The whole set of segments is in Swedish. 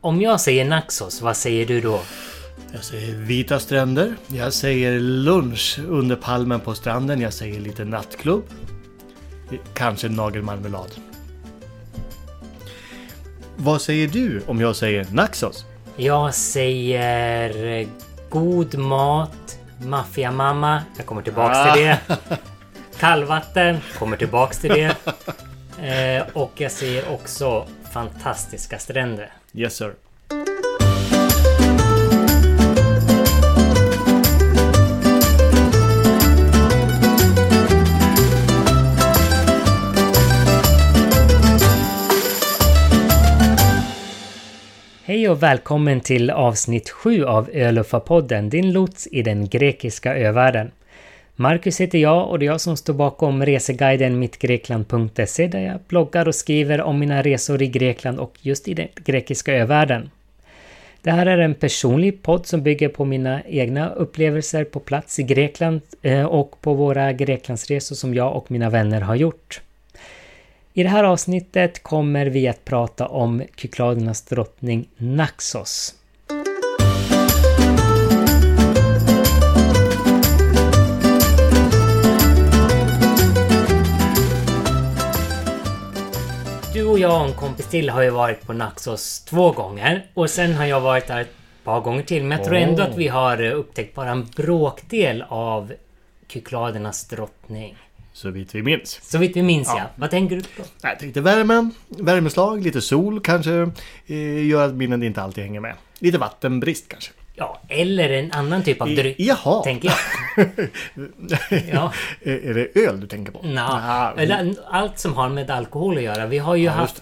Om jag säger Naxos, vad säger du då? Jag säger vita stränder. Jag säger lunch under palmen på stranden. Jag säger lite nattklubb. Kanske nagelmarmelad. Vad säger du om jag säger Naxos? Jag säger god mat, maffiamamma. Jag kommer tillbaks till det. Kallvatten, kommer tillbaks till det. Och jag säger också fantastiska stränder. Yes sir. Hej och välkommen till avsnitt 7 av Öluffa-podden, din lots i den grekiska övärlden. Marcus heter jag och det är jag som står bakom reseguiden mittgrekland.se där jag bloggar och skriver om mina resor i Grekland och just i den grekiska övärlden. Det här är en personlig podd som bygger på mina egna upplevelser på plats i Grekland och på våra Greklandsresor som jag och mina vänner har gjort. I det här avsnittet kommer vi att prata om Kykladernas drottning Naxos. Du och jag och en kompis till har ju varit på Naxos 2 gånger och sen har jag varit där ett par gånger till. Men jag tror ändå att vi har upptäckt bara en bråkdel av Kykladernas drottning. Så vitt vi minns. Så vitt vi minns, ja. Vad tänker du på? Jag tänkte värmeslag, lite sol kanske gör att minnen inte alltid hänger med. Lite vattenbrist kanske. Ja, eller en annan typ av dryck. Jaha. Tänker jag. Ja. Är det öl du tänker på? Eller allt som har med alkohol att göra. Vi har ju haft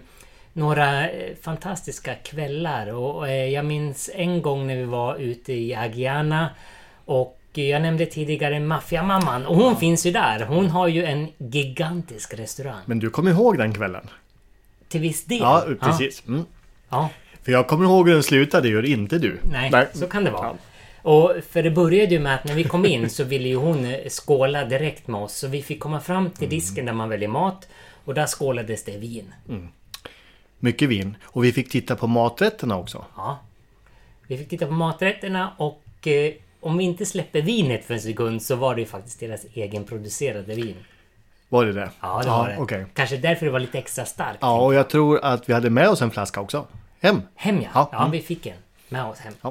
några fantastiska kvällar. Och jag minns en gång när vi var ute i Agiana och jag nämnde tidigare maffiamamman och hon finns ju där. Hon har ju en gigantisk restaurang. Men du kommer ihåg den kvällen? Till viss del. Ja, precis. Mm. Ja. För jag kommer ihåg hur den slutade, det gör inte du. Nej, så kan det vara. Ja. Och för det började ju med att när vi kom in så ville ju hon skåla direkt med oss. Så vi fick komma fram till disken där man väljer mat. Och där skålades det vin. Mm. Mycket vin. Och vi fick titta på maträtterna också. Ja. Vi fick titta på maträtterna och om vi inte släpper vinet för en sekund så var det ju faktiskt deras egenproducerade vin. Var det det? Ja, det var det. Okay. Kanske därför det var lite extra starkt. Ja, och jag tror att vi hade med oss en flaska också. Hem, ja. Ja, vi fick en med oss hem.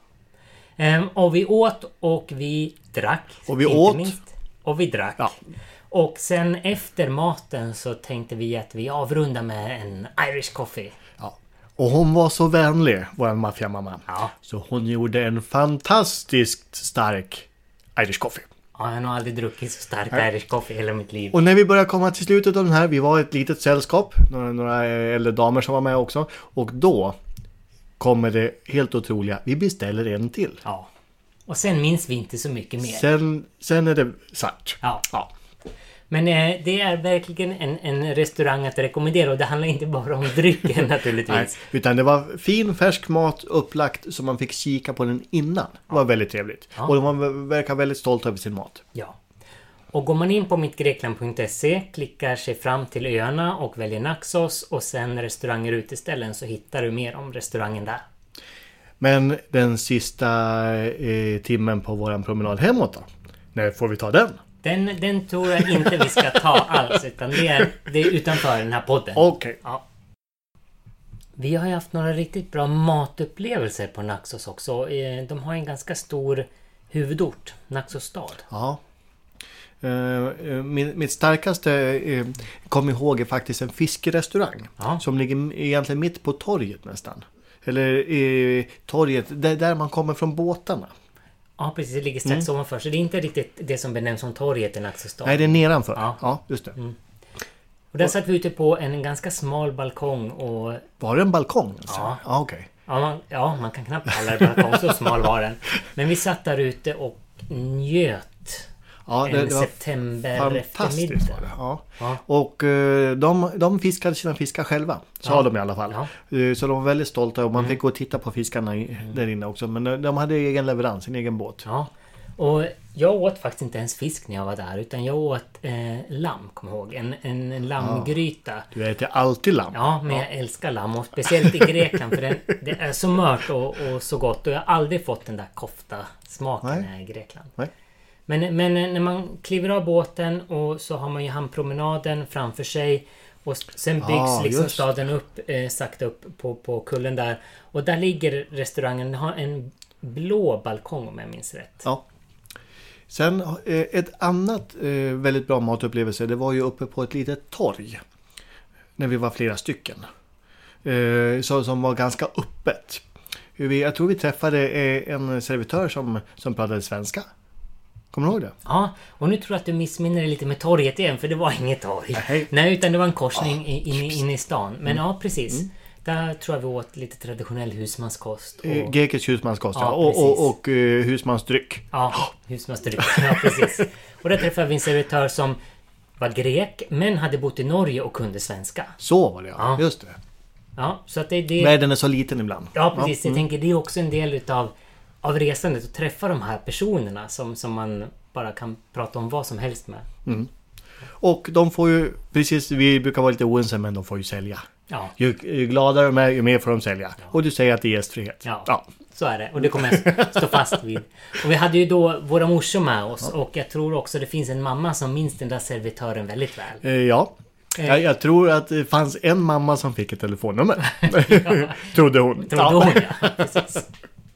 Ja. Och vi åt och vi drack. Och vi åt. Och vi drack. Ja. Och sen efter maten så tänkte vi att vi avrundar med en Irish coffee. Ja. Och hon var så vänlig, vår maffiamamma. Ja. Så hon gjorde en fantastiskt stark Irish coffee. Ja, jag har nog aldrig druckit så stark Irish coffee i hela mitt liv. Och när vi började komma till slutet av den här, vi var ett litet sällskap. Några äldre damer som var med också. Och då kommer det helt otroliga, vi beställer en till. Ja. Och sen minns vi inte så mycket mer. Sen är det svart. Ja. Men det är verkligen en restaurang att rekommendera och det handlar inte bara om drycken naturligtvis. Nej, utan det var fin färsk mat upplagt så man fick kika på den innan. Det var väldigt trevligt. Ja. Och de verkar väldigt stolt över sin mat. Ja. Och går man in på mittgrekland.se, klickar sig fram till öarna och väljer Naxos och sen restauranger och uteställen så hittar du mer om restaurangen där. Men den sista timmen på våran promenad hemåt då? När får vi ta den? Den tror jag inte vi ska ta alls utan det är utanför den här podden. Okej. Ja. Vi har ju haft några riktigt bra matupplevelser på Naxos också. De har en ganska stor huvudort, Naxos stad. Ja. Mitt starkaste kom ihåg är faktiskt en fiskerestaurang som ligger egentligen mitt på torget nästan. Eller torget där man kommer från båtarna. Ja, precis. Det ligger strax ovanför. Så det är inte riktigt det som benämns som torget i Naxos stad. Nej, det är nedanför. Ja just det. Mm. Och där satt vi ute på en ganska smal balkong. Och... Var det en balkong? Alltså? Ja. Okej. Ja, man kan knappt kalla det balkong. Så smal var den. Men vi satt där ute och njöt. Ja, det var september eftermiddag. Ja. Och de fiskade sina fiskar själva. Sa de i alla fall. Ja. Så de var väldigt stolta och man fick gå och titta på fiskarna där inne också. Men de hade egen leverans, en egen båt. Ja. Och jag åt faktiskt inte ens fisk när jag var där, utan jag åt lamm, kom ihåg. En lammgryta. Du äter alltid lamm. Ja, men jag älskar lamm. Och speciellt i Grekland, för det är så mört och så gott. Och jag har aldrig fått den där kofta-smaken i Grekland. Nej. Men när man kliver av båten och så har man ju hamnpromenaden framför sig. Och sen byggs liksom staden upp, sakta upp på kullen där. Och där ligger restaurangen. Den har en blå balkong om jag minns rätt. Ja. Sen ett annat väldigt bra matupplevelse, det var ju uppe på ett litet torg. När vi var flera stycken. Som var ganska öppet. Jag tror vi träffade en servitör som pratade svenska. Kommer du ihåg det? Ja, och nu tror jag att du missminner dig lite med torget igen, för det var inget torg. Nej, utan det var en korsning inne i stan. Men ja, precis. Där tror jag vi åt lite traditionell husmanskost. Grekisk husmanskost, och husmansdryck. Ja, husmansdryck. Ja, precis. Och där träffade vi en servitör som var grek, men hade bott i Norge och kunde svenska. Så var det, ja. Just det. Ja, så att det... Världen är så liten ibland. Ja, precis. Jag tänker det är också en del av resandet att träffa de här personerna som man bara kan prata om vad som helst med. Mm. Och de får ju, precis, vi brukar vara lite oense, men de får ju sälja. Ja. Ju gladare de är, ju mer får de sälja. Ja. Och du säger att det är gästfrihet. Ja, så är det. Och det kommer jag stå fast vid. Och vi hade ju då våra morsor med oss. Ja. Och jag tror också det finns en mamma som minns den där servitören väldigt väl. Ja. Jag tror att det fanns en mamma som fick ett telefonnummer. Trodde hon. Ja, precis.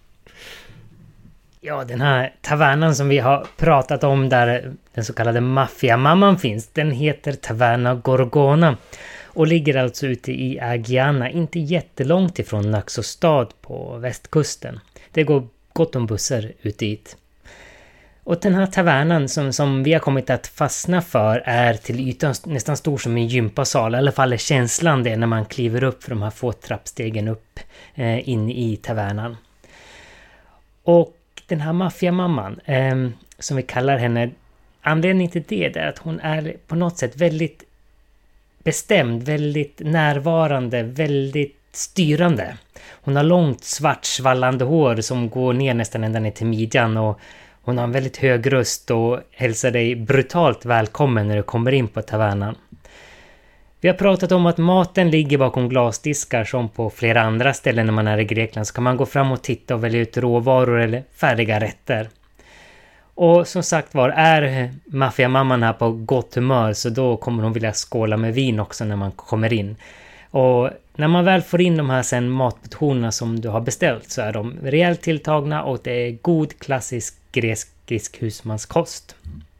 Ja, den här tavernan som vi har pratat om där den så kallade maffiamamman finns, den heter Taverna Gorgona och ligger alltså ute i Agiana, inte jättelångt ifrån Naxos stad på västkusten. Det går gott om bussar ut dit. Och den här tavernan som vi har kommit att fastna för är till ytan nästan stor som en gympasal. I alla fall är känslan det när man kliver upp för de här få trappstegen upp in i tavernan. Och den här maffiamamman, som vi kallar henne, anledningen till det är att hon är på något sätt väldigt bestämd, väldigt närvarande, väldigt styrande. Hon har långt svart svallande hår som går ner nästan ända ner till midjan och hon har en väldigt hög röst och hälsar dig brutalt välkommen när du kommer in på tavernan. Vi har pratat om att maten ligger bakom glasdiskar som på flera andra ställen när man är i Grekland, så kan man gå fram och titta och välja ut råvaror eller färdiga rätter. Och som sagt var, är maffiamamman här på gott humör så då kommer hon vilja skåla med vin också när man kommer in. Och när man väl får in de här sen matportionerna som du har beställt så är de rejält tilltagna och det är god klassisk grekisk husmanskost.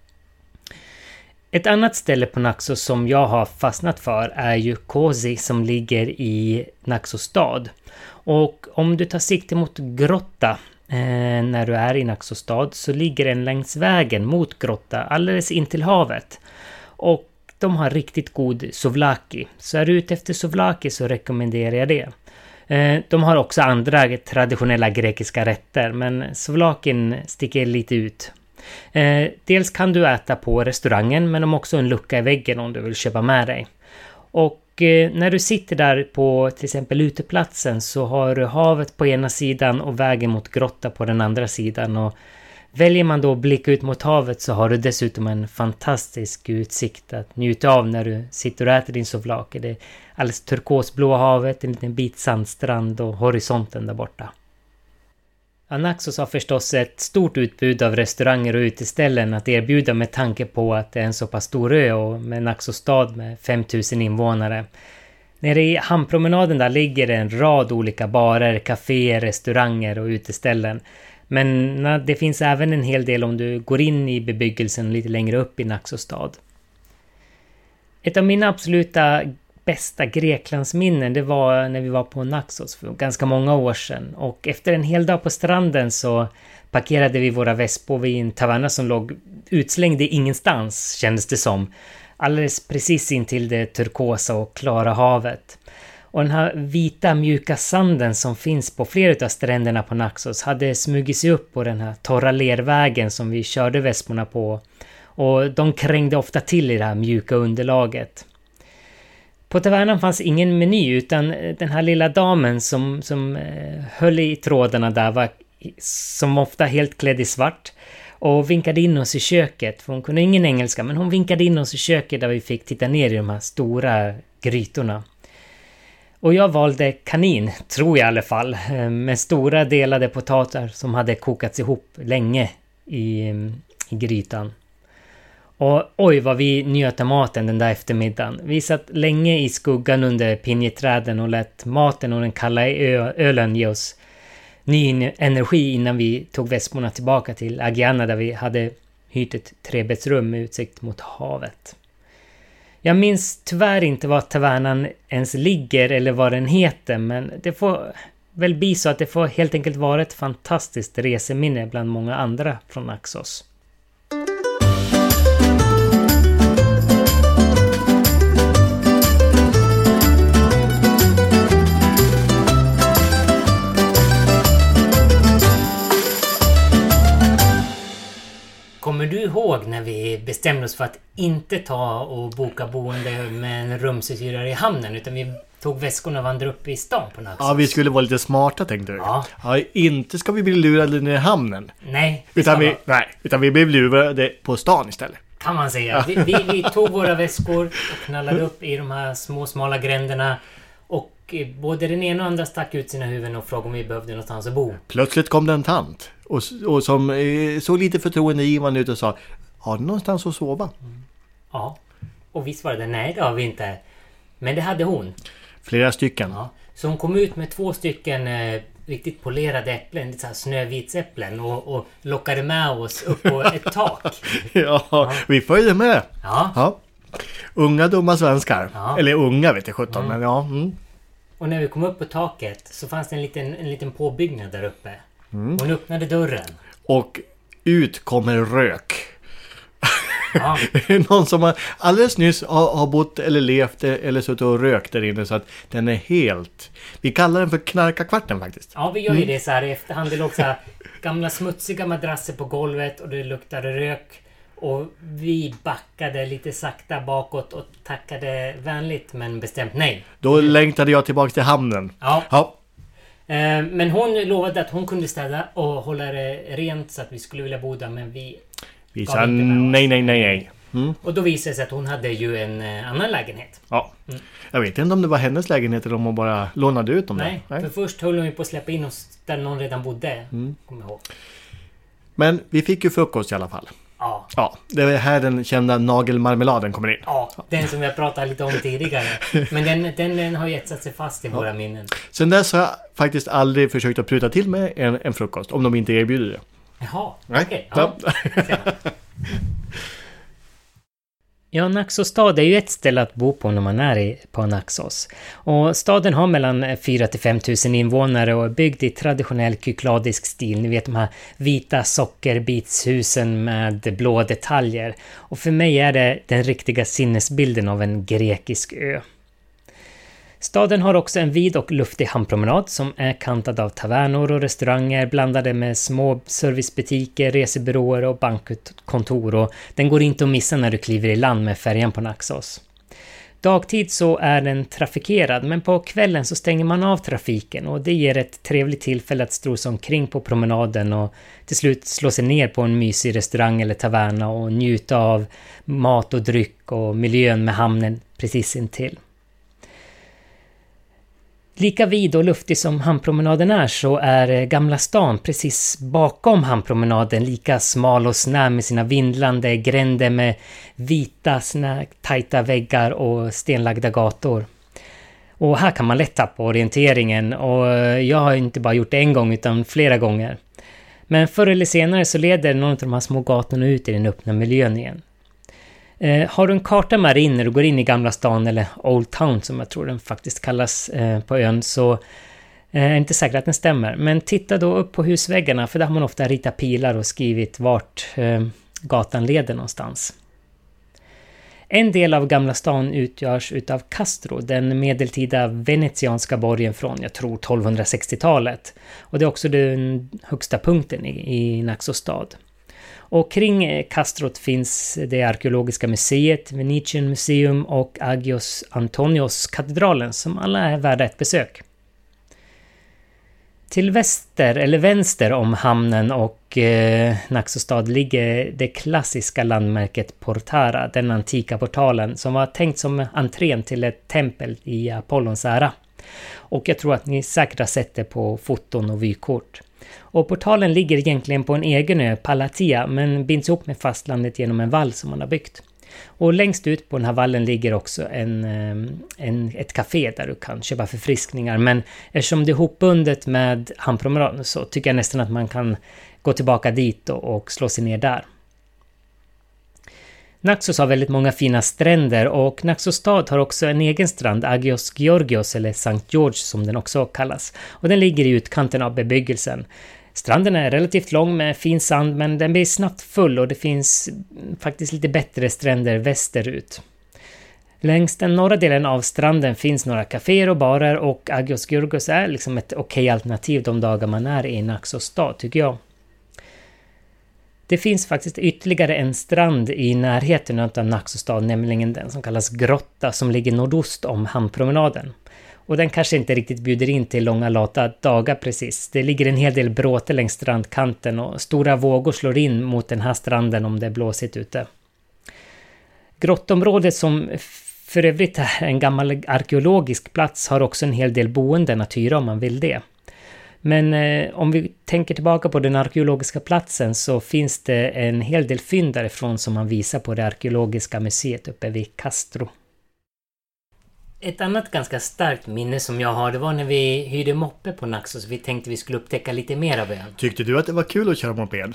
Ett annat ställe på Naxos som jag har fastnat för är ju Kosi som ligger i Naxos stad. Och om du tar sikte mot Grotta när du är i Naxos stad så ligger den längs vägen mot Grotta alldeles in till havet. Och de har riktigt god souvlaki. Så är du ute efter souvlaki så rekommenderar jag det. De har också andra traditionella grekiska rätter men souvlakin sticker lite ut. Dels kan du äta på restaurangen men de har också en lucka i väggen om du vill köpa med dig. Och när du sitter där på till exempel uteplatsen så har du havet på ena sidan och vägen mot Grotta på den andra sidan. Och väljer man då att blicka ut mot havet så har du dessutom en fantastisk utsikt att njuta av när du sitter och äter din souvlaki. Det är alldeles turkosblå havet, en liten bit sandstrand och horisonten där borta. Naxos har förstås ett stort utbud av restauranger och uteställen att erbjuda med tanke på att det är en så pass stor ö och med Naxos stad med 5000 invånare. Nere i hamnpromenaden där ligger en rad olika barer, kaféer, restauranger och uteställen. Men det finns även en hel del om du går in i bebyggelsen lite längre upp i Naxos stad. Ett av mina absoluta bästa Greklandsminnen det var när vi var på Naxos för ganska många år sedan. Och efter en hel dag på stranden så parkerade vi våra vespor vid en taverna som låg utslängd i ingenstans kändes det som. Alldeles precis in till det turkosa och klara havet. Och den här vita mjuka sanden som finns på flera av stränderna på Naxos hade smugit sig upp på den här torra lervägen som vi körde vesporna på. Och de krängde ofta till i det här mjuka underlaget. På tavernan fanns ingen meny utan den här lilla damen som höll i trådarna där var som ofta helt klädd i svart. och vinkade in oss i köket. För hon kunde ingen engelska, men hon vinkade in oss i köket där vi fick titta ner i de här stora grytorna. Och jag valde kanin, tror jag i alla fall, med stora delade potater som hade kokats ihop länge i grytan. Och oj vad vi njöt maten den där eftermiddagen. Vi satt länge i skuggan under pinjeträden och lät maten och den kalla ölen ge oss ny energi innan vi tog vesporna tillbaka till Agiana där vi hade hyrt ett trebäddsrum med utsikt mot havet. Jag minns tyvärr inte vad tavernan ens ligger eller vad den heter, men det får väl bli så att det får helt enkelt vara ett fantastiskt reseminne bland många andra från Naxos. Kommer du ihåg när vi bestämde oss för att inte ta och boka boende med en rumsuthyrare i hamnen, utan vi tog väskorna och vandrade upp i stan på Naxos? Ja, vi skulle vara lite smarta, tänkte du. Ja, inte ska vi bli lurade ner i hamnen. Nej. Utan vi blev lurade på stan istället. Kan man säga. Vi tog våra väskor och knallade upp i de här små smala gränderna. Och både den ena och andra stack ut sina huvuden och frågade om vi behövde någonstans att bo. Plötsligt kom det en tant och som såg lite förtroendegivande ut och sa: har du någonstans att sova? Ja, och vi svarade nej, det har vi inte. Men det hade hon. Flera stycken. Ja. Så hon kom ut med 2 stycken riktigt polerade äpplen, lite så här snövitsäpplen, och lockade med oss upp på ett tak. Ja, vi följde med. Ja. Unga dumma svenskar. Ja. Eller unga vet jag 17, men ja. Och när vi kom upp på taket så fanns det en liten påbyggnad där uppe. Hon öppnade dörren. Och ut kommer rök. Ja. Någon som har alldeles nyss har bott eller levt eller suttit och rökt där inne, så att den är helt... Vi kallar den för knarkarkvarten faktiskt. Ja, vi gör ju det så här i efterhand. Det låg så här gamla smutsiga madrasser på golvet och det luktade rök. Och vi backade lite sakta bakåt och tackade vänligt men bestämt nej. Då längtade jag tillbaka till hamnen. Ja. Men hon lovade att hon kunde städa och hålla det rent så att vi skulle vilja bo där, men vi sa nej. Och då visade det sig att hon hade ju en annan lägenhet. Ja. Jag vet inte om det var hennes lägenhet eller om hon bara lånade ut dem. Nej, för först höll hon ju på att släppa in oss där någon redan bodde. Kommer jag ihåg. Men vi fick ju frukost i alla fall. Ja, det är här den kända nagelmarmeladen kommer in. Ja, den som jag pratade lite om tidigare. Men den har ju etsat sig fast i våra minnen. Sen dess har jag faktiskt aldrig försökt att pruta till med en frukost, om de inte erbjuder det. Jaha, okej. Ja, Naxos stad är ju ett ställe att bo på när man är på Naxos. Och staden har mellan 4 till 5 000 invånare och är byggd i traditionell kykladisk stil. Ni vet de här vita sockerbitshusen med blå detaljer. Och för mig är det den riktiga sinnesbilden av en grekisk ö. Staden har också en vid och luftig hamnpromenad som är kantad av tavernor och restauranger blandade med små servicebutiker, resebyråer och bankkontor, och den går inte att missa när du kliver i land med färjan på Naxos. Dagtid så är den trafikerad, men på kvällen så stänger man av trafiken och det ger ett trevligt tillfälle att strosa omkring på promenaden och till slut slå sig ner på en mysig restaurang eller taverna och njuta av mat och dryck och miljön med hamnen precis intill. Lika vid och luftig som hamnpromenaden är så är Gamla stan precis bakom hamnpromenaden lika smal och snäv med sina vindlande gränder med vita tajta väggar och stenlagda gator. Och här kan man lätt tappa orienteringen, och jag har inte bara gjort det en gång utan flera gånger. Men förr eller senare så leder någon av de här små gatorna ut i den öppna miljön igen. Har du en karta med dig in när du går in i Gamla stan, eller Old Town som jag tror den faktiskt kallas på ön, så är det inte säkert att den stämmer. Men titta då upp på husväggarna, för där har man ofta ritat pilar och skrivit vart gatan leder någonstans. En del av Gamla stan utgörs utav Castro, den medeltida venetianska borgen från, jag tror, 1260-talet. Och det är också den högsta punkten i Naxos stad. Och kring Castrot finns det arkeologiska museet, Venetian Museum och Agios Antonios katedralen som alla är värda ett besök. Till väster eller vänster om hamnen och Naxos stad ligger det klassiska landmärket Portara, den antika portalen som var tänkt som entrén till ett tempel i Apollons ära. Och jag tror att ni säkert har sett det på foton och vykort. Och portalen ligger egentligen på en egen ö, Palatia, men binds ihop med fastlandet genom en vall som man har byggt. Och längst ut på den här vallen ligger också ett café där du kan köpa förfriskningar. Men eftersom det är hopbundet med hamnpromenaden så tycker jag nästan att man kan gå tillbaka dit och slå sig ner där. Naxos har väldigt många fina stränder och Naxos stad har också en egen strand, Agios Georgios eller Sankt George som den också kallas. Och den ligger i utkanten av bebyggelsen. Stranden är relativt lång med fin sand men den blir snabbt full och det finns faktiskt lite bättre stränder västerut. Längs den norra delen av stranden finns några kaféer och barer och Agios Georgios är liksom ett okej alternativ de dagar man är i Naxos stad tycker jag. Det finns faktiskt ytterligare en strand i närheten av Naxos stad, nämligen den som kallas Grotta som ligger nordost om hamnpromenaden. Och den kanske inte riktigt bjuder in till långa lata dagar precis. Det ligger en hel del bråte längs strandkanten och stora vågor slår in mot den här stranden om det är blåsigt ute. Grottområdet som för övrigt är en gammal arkeologisk plats har också en hel del boenden att hyra om man vill det. Men om vi tänker tillbaka på den arkeologiska platsen så finns det en hel del fynd därifrån som man visar på det arkeologiska museet uppe vid Castro. Ett annat ganska starkt minne som jag har, det var när vi hyrde moppe på Naxos. Vi tänkte vi skulle upptäcka lite mer av ön. Tyckte du att det var kul att köra moped?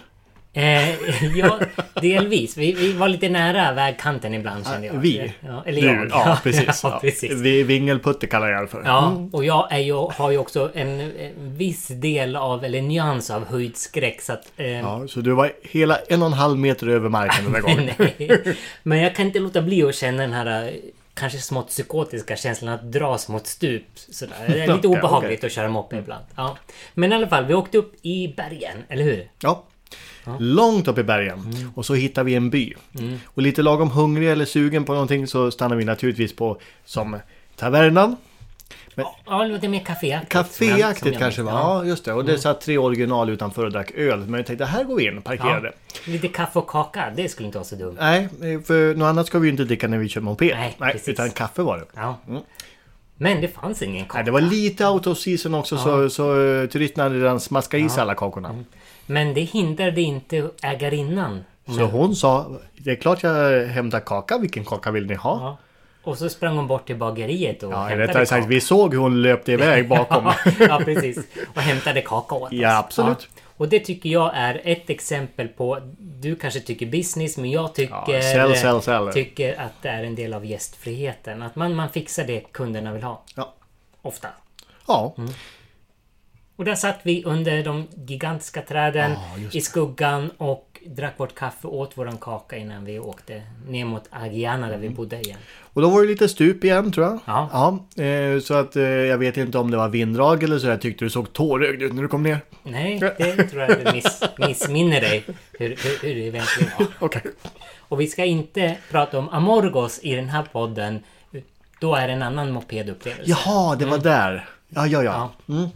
Ja, delvis. Vi var lite nära vägkanten ibland kände jag. Vi? Ja, eller jag. Ja, precis. Ja, precis. Vingelputte kallar jag det för. Ja, och jag har ju också en viss del av, eller nyans av höjdskräck. Så att, ja, så du var hela 1,5 meter över marken den där gången. Nej, men jag kan inte låta bli att känna den här kanske smått psykotiska känslan att dras mot stup. Sådär. Det är lite obehagligt att köra moppe ibland. Ja. Men i alla fall, vi åkte upp i bergen, eller hur? Ja. Långt upp i bergen. Och så hittar vi en by. Och lite lagom hungrig eller sugen på någonting så stannar vi naturligtvis på som tavernan. Men, ja, det låter mer kaféaktigt. Kaféaktigt kanske var. Ja, just det. Och det satt 3 original utanför och drack öl. Men jag tänkte, här går vi in, parkerade. Ja, lite kaffe och kaka, det skulle inte vara så dumt. Nej, för något annat ska vi ju inte dricka när vi kör moped. Nej, utan kaffe var det. Ja. Men det fanns ingen kaka. Nej, det var lite out of season också så turisterna hade redan smaskat i sig alla kakorna. Men det hindrade inte ägarinnan. Så hon sa, det är klart jag hämtar kaka, vilken kaka vill ni ha? Ja. Och så sprang hon bort till bageriet och hämtade kaka. Vi såg hur hon löpte iväg bakom. Ja, precis. Och hämtade kaka åt oss. Ja, absolut. Ja. Och det tycker jag är ett exempel på, du kanske tycker business, men jag tycker, tycker att det är en del av gästfriheten. Att man fixar det kunderna vill ha. Ja. Ofta. Ja. Och där satt vi under de gigantiska träden i skuggan och drack vårt kaffe och åt våran kaka innan vi åkte ner mot Agiana där vi bodde igen. Och då var det lite stup igen tror jag. Ja. Så att jag vet inte om det var vinddrag eller så. Jag tyckte du såg tårögd ut när du kom ner. Nej, det tror jag du missminner dig hur det egentligen var. Okej. Och vi ska inte prata om Amorgos i den här podden. Då är det en annan mopedupplevelse. Jaha, det var där. Ja.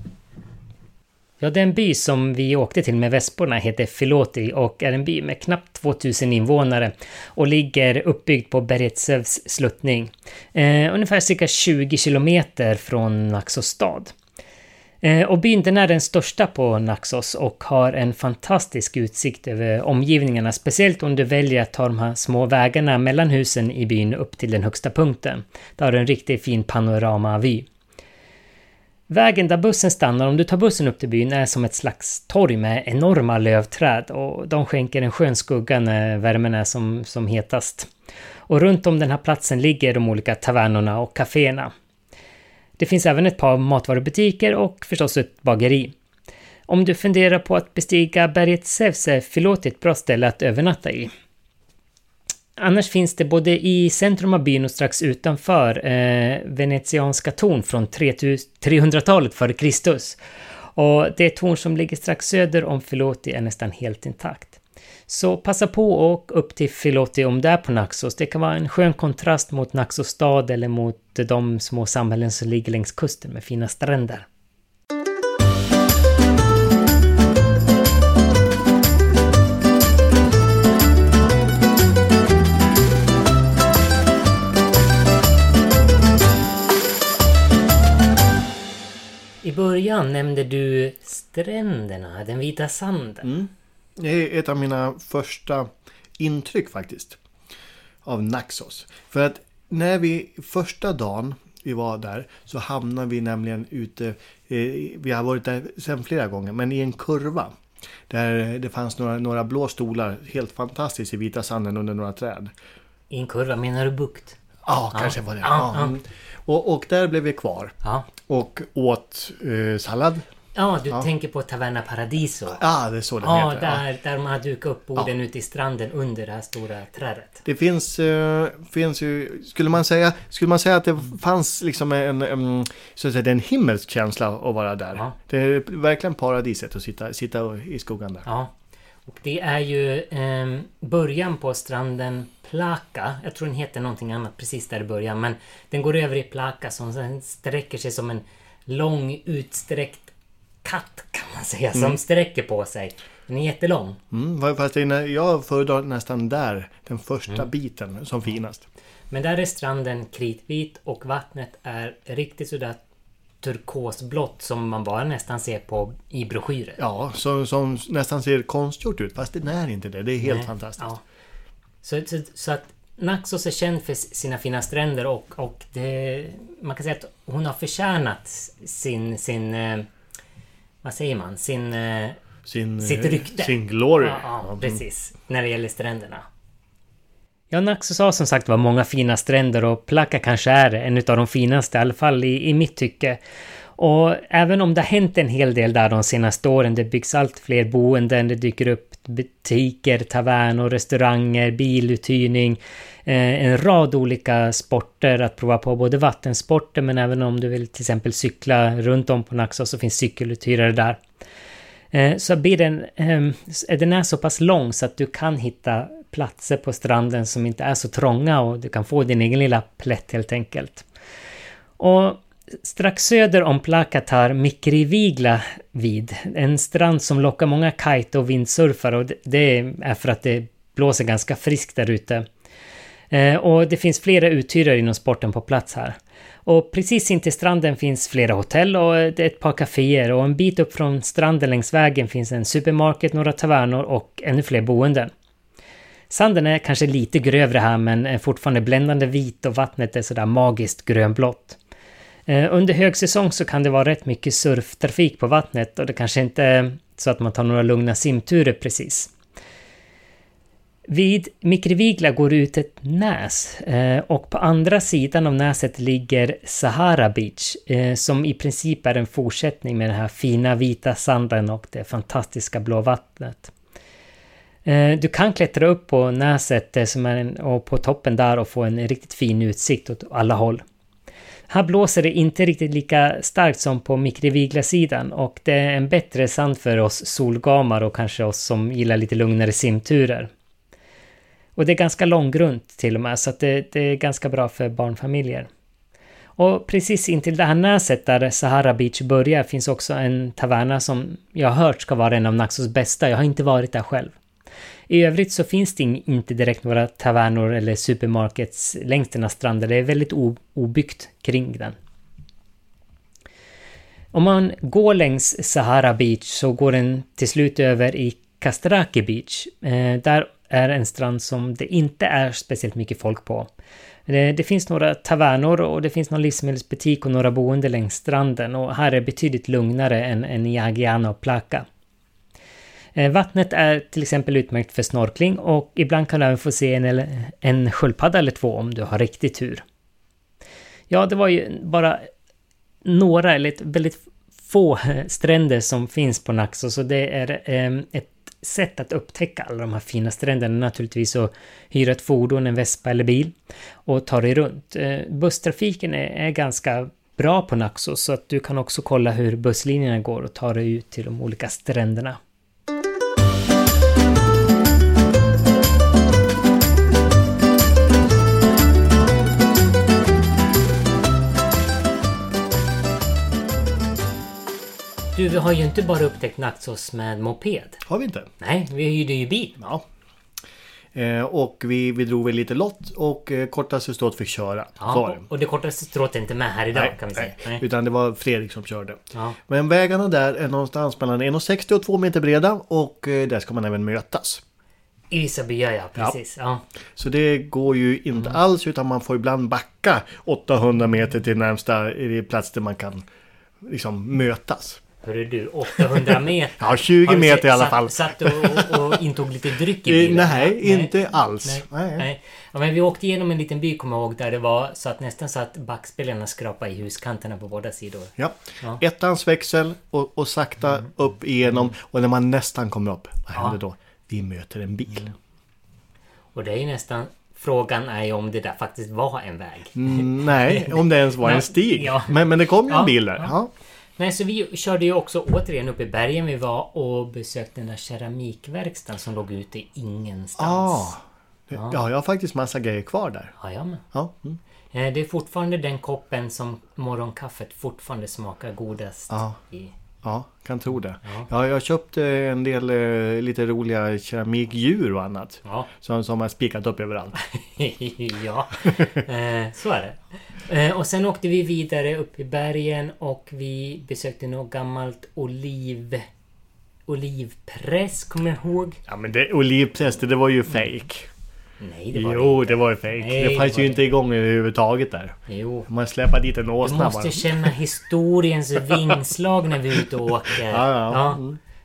Ja, den by som vi åkte till med Vesporna heter Filoti och är en by med knappt 2000 invånare och ligger uppbyggd på berget Zeus sluttning. Ungefär cirka 20 kilometer från Naxos stad. Och byn den är den största på Naxos och har en fantastisk utsikt över omgivningarna, speciellt om du väljer att ta de här små vägarna mellan husen i byn upp till den högsta punkten. Där har du en riktigt fin panoramavy. Vägen där bussen stannar, om du tar bussen upp till byn, är som ett slags torg med enorma lövträd och de skänker en skön skugga när värmen är som hetast. Och runt om den här platsen ligger de olika tavernorna och kaféerna. Det finns även ett par matvarubutiker och förstås ett bageri. Om du funderar på att bestiga berget Zeus är Filoti ett bra ställe att övernatta i. Annars finns det både i centrum av byn och strax utanför venetianska torn från 300-talet före Kristus. Och det torn som ligger strax söder om Filoti är nästan helt intakt. Så passa på och åk upp till Filoti om det är på Naxos. Det kan vara en skön kontrast mot Naxos stad eller mot de små samhällen som ligger längs kusten med fina stränder. stränderna, den vita sanden. Det är ett av mina första intryck faktiskt av Naxos. För att när vi första dagen vi var där så hamnade vi nämligen ute, vi har varit där sedan flera gånger, men i en kurva. Där det fanns några blå stolar, helt fantastiskt i vita sanden under några träd. I en kurva, menar du bukt? Ja, kanske var det. Ja. Och där blev vi kvar. Ja. Och åt sallad. Ja, du tänker på Taverna Paradiso. Ja, det är så det heter. Där man har dukat upp borden ute i stranden under det här stora trädet. Det finns ju, skulle man säga att det fanns liksom så att säga, en himmelsk känsla att vara där. Ja. Det är verkligen paradiset att sitta i skogen där. Ja, och det är ju början på stranden Plaka. Jag tror den heter någonting annat precis där i början, men den går över i Plaka som sen sträcker sig som en lång utsträckt katt kan man säga, som sträcker på sig. Den är jättelång. Fast jag föredrar nästan där den första biten som finast. Men där är stranden kritvit och vattnet är riktigt sådär turkosblått som man bara nästan ser på i broschyrer. Ja, som nästan ser konstgjort ut, fast det är inte det. Det är helt fantastiskt. Ja. Så att Naxos är känd för sina fina stränder och det, man kan säga att hon har förtjänat sin vad säger man? Sitt rykte. Sin glory. Ja, precis. När det gäller stränderna. Ja, Naxos har som sagt var många fina stränder och Plaka kanske är en av de finaste, i alla fall i mitt tycke. Och även om det har hänt en hel del där de senaste åren, det byggs allt fler boenden, det dyker upp butiker, tavernor, restauranger, biluthyrning, en rad olika sporter att prova på, både vattensporter men även om du vill till exempel cykla runt om på Naxos så finns cykeluthyrare där. Så den är så pass lång så att du kan hitta platser på stranden som inte är så trånga och du kan få din egen lilla plätt helt enkelt. Och strax söder om Plaka tar Mikrivigla vid. En strand som lockar många kite- och vindsurfare och det är för att det blåser ganska friskt där ute. Och det finns flera uthyrare inom sporten på plats här. Och precis in till stranden finns flera hotell och ett par kaféer och en bit upp från stranden längs vägen finns en supermarket, några tavernor och ännu fler boenden. Sanden är kanske lite grövre här men är fortfarande bländande vit och vattnet är sådär magiskt grönblått. Under högsäsong så kan det vara rätt mycket surftrafik på vattnet och det kanske inte är så att man tar några lugna simturer precis. Vid Mikrivigla går ut ett näs och på andra sidan av näset ligger Sahara Beach som i princip är en fortsättning med den här fina vita sanden och det fantastiska blå vattnet. Du kan klättra upp på näset och på toppen där och få en riktigt fin utsikt åt alla håll. Här blåser det inte riktigt lika starkt som på Mikrivigla-sidan och det är en bättre sand för oss solgamar och kanske oss som gillar lite lugnare simturer. Och det är ganska långgrunt till och med så att det är ganska bra för barnfamiljer. Och precis intill det här näset där Sahara Beach börjar finns också en taverna som jag har hört ska vara en av Naxos bästa. Jag har inte varit där själv. I övrigt så finns det inte direkt några tavernor eller supermarkets längs den här stranden. Det är väldigt obyggt kring den. Om man går längs Sahara Beach så går den till slut över i Kastraki Beach. Där är en strand som det inte är speciellt mycket folk på. Det finns några tavernor och det finns någon livsmedelsbutik och några boende längs stranden. Och här är betydligt lugnare än i Agiana och Plaka. Vattnet är till exempel utmärkt för snorkling och ibland kan du även få se en sköldpadda eller två om du har riktigt tur. Ja, det var ju bara några eller väldigt få stränder som finns på Naxos så det är ett sätt att upptäcka alla de här fina stränderna naturligtvis att hyra ett fordon, en vespa eller bil och ta dig runt. Busstrafiken är ganska bra på Naxos så att du kan också kolla hur busslinjerna går och ta dig ut till de olika stränderna. Du, vi har ju inte bara upptäckt Naxos med moped. Har vi inte? Nej, vi hyrde ju bil. Ja. Och vi drog väl lite lott och kortaste strået fick köra. Ja, och det kortaste strået är inte med här idag, kan vi säga. Nej. Utan det var Fredrik som körde. Ja. Men vägarna där är någonstans mellan 1,60 och 2 meter breda och där ska man även mötas. I vissa byar, ja, precis. Ja. Så det går ju inte alls, utan man får ibland backa 800 meter till närmsta plats där man kan liksom mötas. Hörru du, 800 meter? Ja, 20 meter i alla fall. Satt och intog lite dryck i bilen? Nej, inte alls. Nej. Ja, men vi åkte igenom en liten by, kommer jag ihåg, där det var så att nästan så att backspelarna skrapade i huskanterna på båda sidor. Ja. Ettans växel och sakta upp igenom, och när man nästan kommer upp, vad händer då? Vi möter en bil. Och det är ju nästan... Frågan är ju om det där faktiskt var en väg. Nej, om det ens var en stig. Ja. Men det kom ju en bil där. Ja. Nej, så vi körde ju också återigen upp i bergen. Vi var och besökte den där keramikverkstan som låg ute ingenstans. Ja, jag har faktiskt massa grejer kvar där. Ja. Det är fortfarande den koppen som morgonkaffet fortfarande smakar godast i. Ja, kan tro det. Ja, jag köpte en del lite roliga keramikdjur och annat. Ja. Som har spikat upp överallt. Ja, så är det. Och sen åkte vi vidare upp i bergen och vi besökte något gammalt olivpress, kommer jag ihåg. Ja, men olivpress, det var ju fake. Nej, det var det var ju fake. Det fanns ju inte igång överhuvudtaget där. Jo. Man släpper dit en åsna. Du måste känna historiens vingslag när vi är ute och åker. Ja.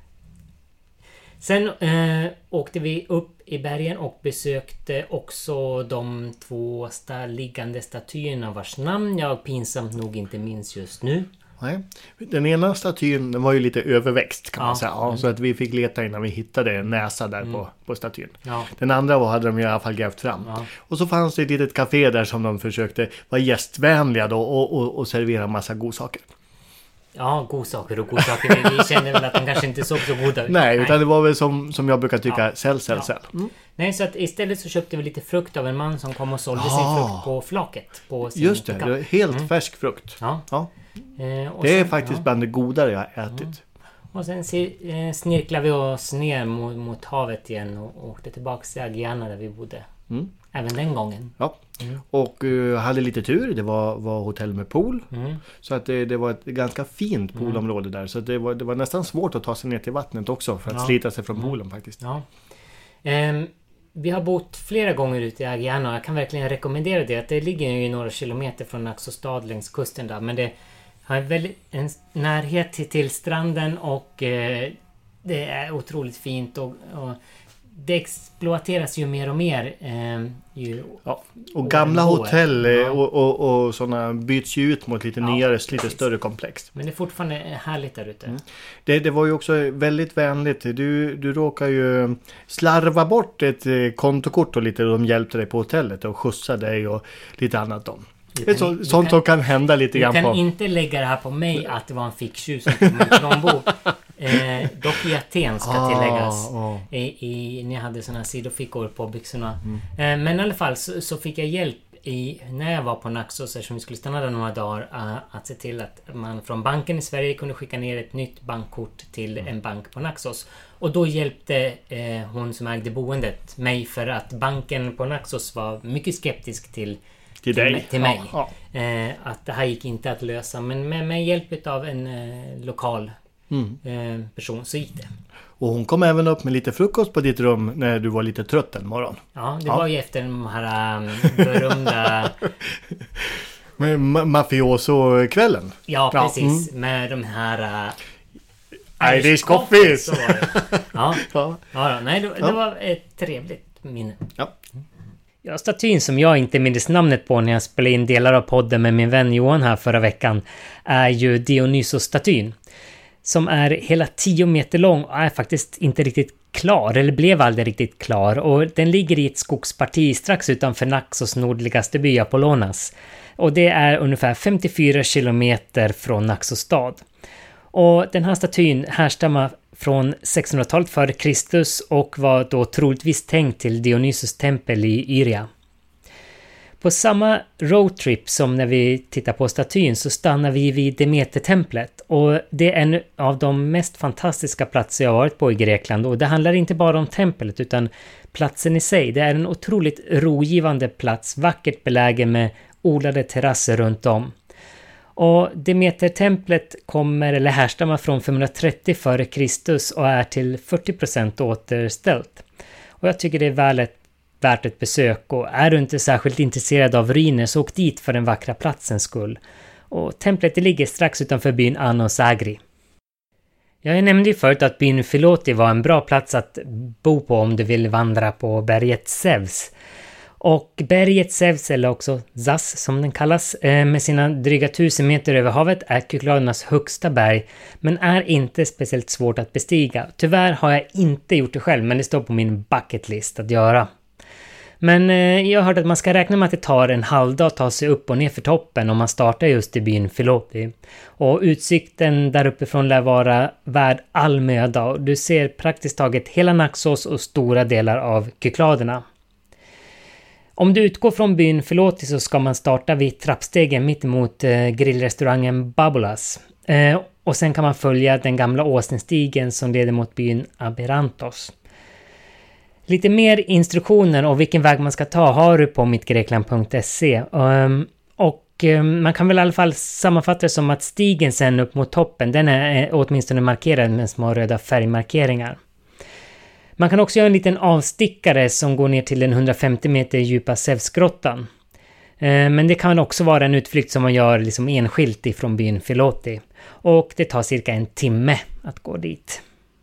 Sen åkte vi upp i bergen och besökte också de 2 liggande statyerna vars namn jag pinsamt nog inte minns just nu. Nej. Den ena statyn, den var ju lite överväxt, kan man säga. Ja, så att vi fick leta innan vi hittade en näsa där på statyn. Ja. Den andra hade de i alla fall grävt fram. Ja. Och så fanns det ett litet café där som de försökte vara gästvänliga då och servera massa godsaker. Ja, godsaker. Vi kände väl att de kanske inte såg så goda ut. Nej, utan det var väl som jag brukar tycka, sälj. Nej, så att istället så köpte vi lite frukt av en man som kom och sålde sin frukt på flaket. På sin just det, det var helt färsk frukt. Ja. Det är faktiskt bland det godare jag har ätit. Och sen snirklade vi oss ner mot havet igen och åkte tillbaka till Agiana där vi bodde. Även den gången. Ja, och hade lite tur. Det var hotell med pool. Så att det var ett ganska fint poolområde där. Så det var nästan svårt att ta sig ner till vattnet också för att slita sig från poolen faktiskt. Ja. Vi har bott flera gånger ute i Agiana och jag kan verkligen rekommendera det. Att det ligger ju några kilometer från Naxos stad längs kusten där. Men det har väldigt en närhet till stranden och det är otroligt fint och det exploateras ju mer och mer. Och gamla hotell och sådana byts ju ut mot lite nyare, lite större komplex. Men det är fortfarande härligt där ute. Det var ju också väldigt vänligt. Du råkar ju slarva bort ett kontokort och lite, de hjälpte dig på hotellet och skjutsade dig och lite annat om. Sånt som kan hända lite grann på. Du kan inte lägga det här på mig att det var en ficktjuv som tog min plånbok. Dock i Aten ska tilläggas. Ni hade såna sidofickor på byxorna. Men i alla fall så fick jag hjälp när jag var på Naxos, eftersom vi skulle stanna där några dagar, att se till att man från banken i Sverige kunde skicka ner ett nytt bankkort till en bank på Naxos. Och då hjälpte hon som ägde boendet mig, för att banken på Naxos var mycket skeptisk till mig. Att det här gick inte att lösa, men med hjälp av en lokal person så gick det. Och hon kom även upp med lite frukost på ditt rum när du var lite trött en morgon. Ja, det var ju efter den här berömda mafioso-kvällen. Ja, precis. Med de här Irish coffee. Det var ett trevligt minne. Ja, statyn som jag inte minns namnet på när jag spelade in delar av podden med min vän Johan här förra veckan är ju Dionysos-statyn. Som är hela 10 meter lång och är faktiskt inte riktigt klar, eller blev aldrig riktigt klar. Och den ligger i ett skogsparti strax utanför Naxos nordligaste by Apollonas. Och det är ungefär 54 kilometer från Naxos stad. Och den här statyn härstammar från 1600-talet före Kristus och var då troligtvis tänkt till Dionysos tempel i Yria. På samma roadtrip som när vi tittar på statyn så stannar vi vid Demeter-templet, och det är en av de mest fantastiska platser jag varit på i Grekland, och det handlar inte bara om templet utan platsen i sig. Det är en otroligt rogivande plats, vackert belägen med odlade terrasser runt om. Och Demeter-templet härstammar från 530 f.Kr. och är till 40% återställt. Och jag tycker det är värt ett besök, och är du inte särskilt intresserad av ruiner så åk dit för den vackra platsens skull. Och templet ligger strax utanför byn Anos Agri. Jag nämnde ju förut att byn Philoti var en bra plats att bo på om du vill vandra på berget Zeus. Och berget Zeus, eller också Zas som den kallas, med sina dryga 1000 meter över havet är Kykladernas högsta berg, men är inte speciellt svårt att bestiga. Tyvärr har jag inte gjort det själv, men det står på min bucketlist att göra. Men jag har hört att man ska räkna med att det tar en halvdag att ta sig upp och ner för toppen om man startar just i byn Philoti. Och utsikten där uppifrån lär vara värd all möda, och du ser praktiskt taget hela Naxos och stora delar av Kykladerna. Om du utgår från byn Philoti så ska man starta vid trappstegen mitt emot grillrestaurangen Babulas. Och sen kan man följa den gamla åsnestigen som leder mot byn Aberantos. Lite mer instruktioner och vilken väg man ska ta har du på mittgrekland.se. Och man kan väl i alla fall sammanfatta det som att stigen sen upp mot toppen, den är åtminstone markerad med små röda färgmarkeringar. Man kan också göra en liten avstickare som går ner till den 150 meter djupa Zeusgrottan. Men det kan också vara en utflykt som man gör liksom enskilt ifrån byn Philoti. Och det tar cirka en timme att gå dit.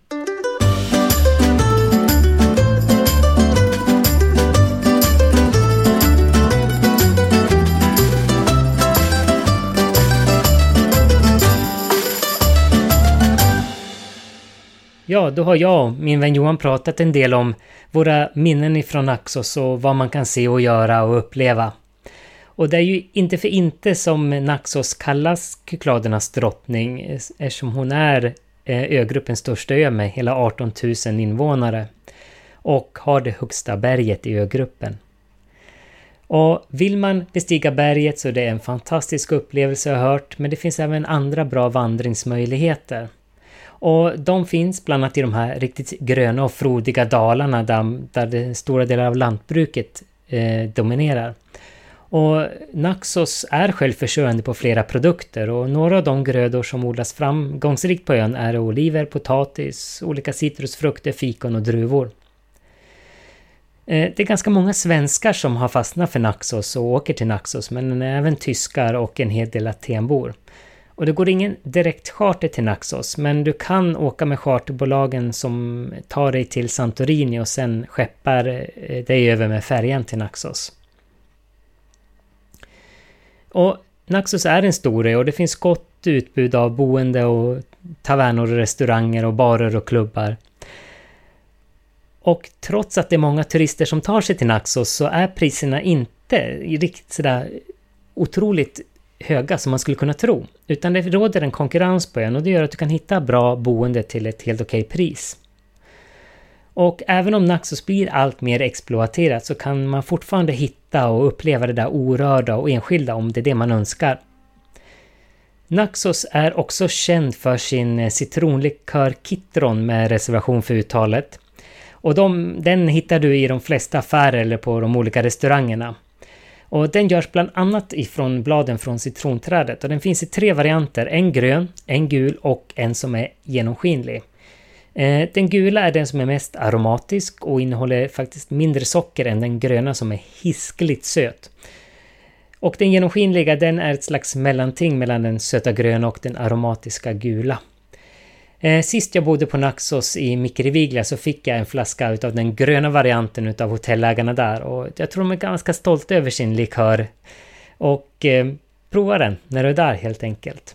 Ja, då har jag och min vän Johan pratat en del om våra minnen ifrån Naxos och vad man kan se och göra och uppleva. Och det är ju inte för inte som Naxos kallas Kykladernas drottning, eftersom hon är ögruppens största ö med hela 18 000 invånare och har det högsta berget i ögruppen. Och vill man bestiga berget så är det en fantastisk upplevelse jag har hört, men det finns även andra bra vandringsmöjligheter. Och de finns bland annat i de här riktigt gröna och frodiga dalarna där det stora delar av lantbruket dominerar. Och Naxos är självförsörjande på flera produkter, och några av de grödor som odlas framgångsrikt på ön är oliver, potatis, olika citrusfrukter, fikon och druvor. Det är ganska många svenskar som har fastnat för Naxos och åker till Naxos, men även tyskar och en hel del atenbor. Och det går ingen direkt charter till Naxos, men du kan åka med charterbolagen som tar dig till Santorini och sen skeppar dig över med färjan till Naxos. Och Naxos är en stor ö och det finns gott utbud av boende och tavernor och restauranger och barer och klubbar. Och trots att det är många turister som tar sig till Naxos så är priserna inte riktigt sådär otroligt höga som man skulle kunna tro. Utan det råder en konkurrens på ön och det gör att du kan hitta bra boende till ett helt okej pris. Och även om Naxos blir allt mer exploaterat så kan man fortfarande hitta och uppleva det där orörda och enskilda om det är det man önskar. Naxos är också känd för sin citronlikör Kitron med reservation för uttalet. Och den hittar du i de flesta affärer eller på de olika restaurangerna. Och den görs bland annat ifrån bladen från citronträdet och den finns i 3 varianter, en grön, en gul och en som är genomskinlig. Den gula är den som är mest aromatisk och innehåller faktiskt mindre socker än den gröna som är hiskligt söt. Och den genomskinliga den är ett slags mellanting mellan den söta gröna och den aromatiska gula. Sist jag bodde på Naxos i Mikriviglia så fick jag en flaska utav den gröna varianten utav hotellägarna där och jag tror de är ganska stolta över sin likör. Och prova den när du är där helt enkelt.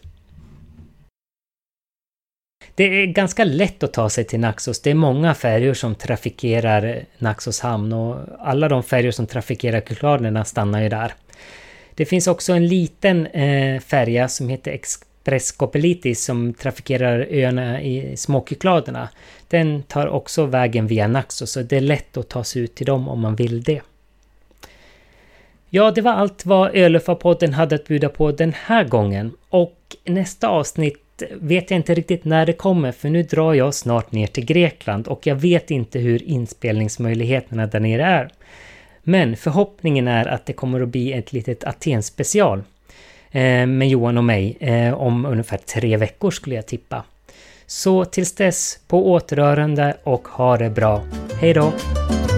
Det är ganska lätt att ta sig till Naxos. Det är många färjor som trafikerar Naxos hamn och alla de färjor som trafikerar Kykladerna stannar ju där. Det finns också en liten färja som heter Expresskopelitis som trafikerar öarna i Småkykladerna. Den tar också vägen via Naxos så det är lätt att ta sig ut till dem om man vill det. Ja, det var allt vad Öluffa-podden hade att bjuda på den här gången. Och nästa avsnitt vet jag inte riktigt när det kommer, för nu drar jag snart ner till Grekland och jag vet inte hur inspelningsmöjligheterna där nere är. Men förhoppningen är att det kommer att bli ett litet Aten-special med Johan och mig om ungefär 3 veckor skulle jag tippa. Så tills dess, på återhörande och ha det bra. Hej då!